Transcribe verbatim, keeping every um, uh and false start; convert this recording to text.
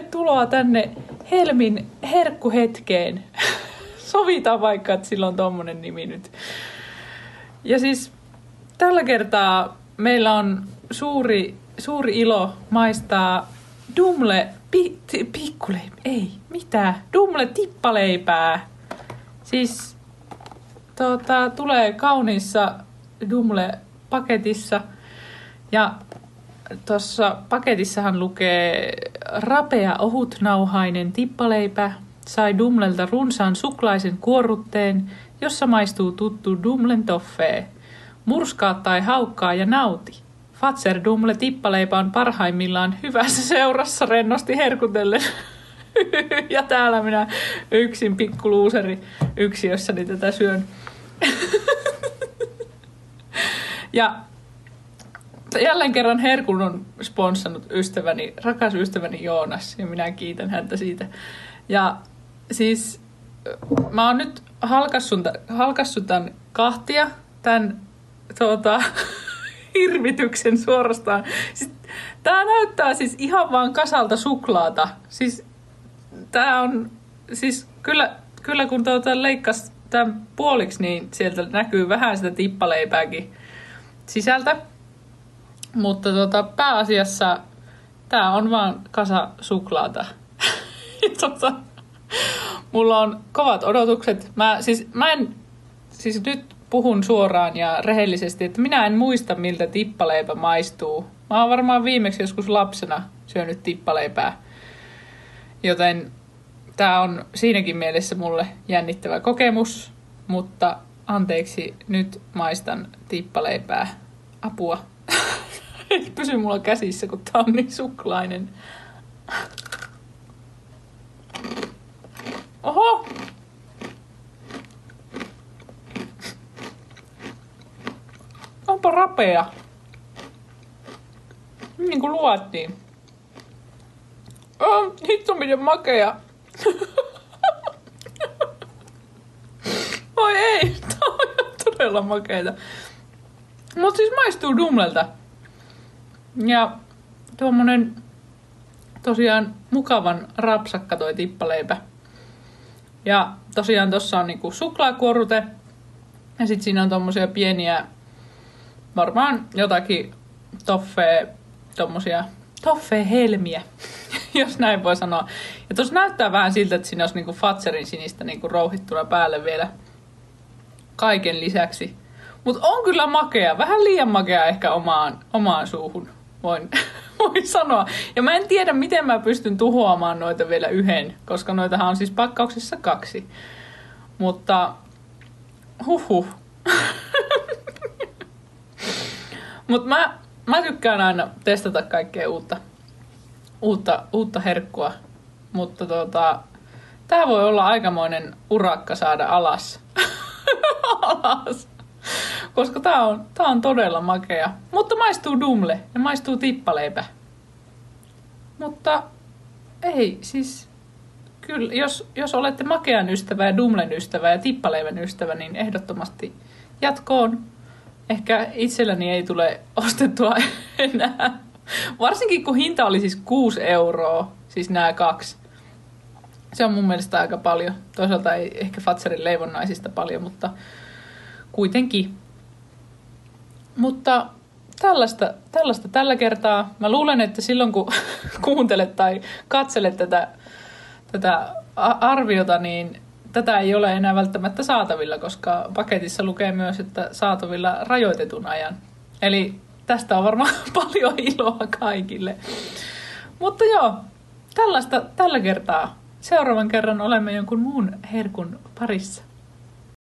tervetuloa tänne Helmin herkkuhetkeen. Sovitaan vaikka, että sillä on tommonen nimi nyt. Ja siis tällä kertaa meillä on suuri, suuri ilo maistaa Dumle pi, t, pikkuleipää. Ei, mitä? Dumle tippaleipää. Siis tota, tulee kauniissa Dumle paketissa. Ja tuossa paketissahan lukee rapea ohutnauhainen tippaleipä. Sai Dumlelta runsaan suklaisen kuorrutteen, jossa maistuu tuttu Dumlen toffee. Murskaa tai haukkaa ja nauti. Fazer Dumle tippaleipä on parhaimmillaan hyvässä seurassa rennosti herkutellen. Ja täällä minä yksin pikkuluuseri yksiössäni tätä syön. Ja jälleen kerran herkun on sponssannut ystäväni, rakas ystäväni Joonas, ja minä kiitän häntä siitä. Ja siis mä oon nyt halkassut tämän kahtia, tämän tuota, hirvityksen suorastaan. Siis, tää näyttää siis ihan vaan kasalta suklaata. Siis tää on, siis kyllä, kyllä kun tuota leikkas tämän puoliksi, niin sieltä näkyy vähän sitä tippaleipääkin sisältä. Mutta tuota, pääasiassa tää on vaan kasa suklaata. Tota, mulla on kovat odotukset. Mä, siis, mä en, siis nyt puhun suoraan ja rehellisesti, että minä en muista, miltä tippaleipä maistuu. Mä oon varmaan viimeksi joskus lapsena syönyt tippaleipää. Joten tää on siinäkin mielessä mulle jännittävä kokemus. Mutta anteeksi, nyt maistan tippaleipää. Apua. Ei pysy mulla käsissä, kun tää on niin suklainen. Oho! Onpa rapea. Niin kuin luottiin. Oh, hitto miten makea. Oi ei, tää on todella makeeta. Mut siis maistuu Dumlelta. Ja tuommoinen tosiaan mukavan rapsakka toi tippaleipä. Ja tosiaan tossa on niinku suklaakuorrute. Ja sit siinä on tommosia pieniä, varmaan jotakin toffee, tommosia toffee-helmiä, jos näin voi sanoa. Ja tossa näyttää vähän siltä, että siinä olisi niinku Fazerin sinistä niinku rouhittuna päälle vielä kaiken lisäksi. Mut on kyllä makea, vähän liian makea ehkä omaan, omaan suuhun, voin, voin sanoa. Ja mä en tiedä, miten mä pystyn tuhoamaan noita vielä yhden, koska noitahan on siis pakkauksissa kaksi. Mutta huhhuh. Mut mä, mä tykkään aina testata kaikkea uutta, uutta, uutta herkkua. Mutta tota, tää voi olla aikamoinen urakka saada alas. alas. Koska tää on, tää on todella makea. Mutta maistuu Dumle ja maistuu tippaleipä. Mutta ei, siis kyllä, jos, jos olette makean ystävä ja Dumlen ystävä ja tippaleivän ystävä, niin ehdottomasti jatkoon. Ehkä itselläni ei tule ostettua enää. Varsinkin kun hinta oli siis kuusi euroa, siis nämä kaksi. Se on mun mielestä aika paljon. Toisaalta ei ehkä Fazerin leivonnaisista paljon, mutta kuitenkin. Mutta tällaista, tällaista tällä kertaa. Mä luulen, että silloin kun kuuntelet tai katselet tätä, tätä arviota, niin tätä ei ole enää välttämättä saatavilla, koska paketissa lukee myös, että saatavilla rajoitetun ajan. Eli tästä on varmaan paljon iloa kaikille. Mutta joo, tällaista tällä kertaa. Seuraavan kerran olemme jonkun muun herkun parissa.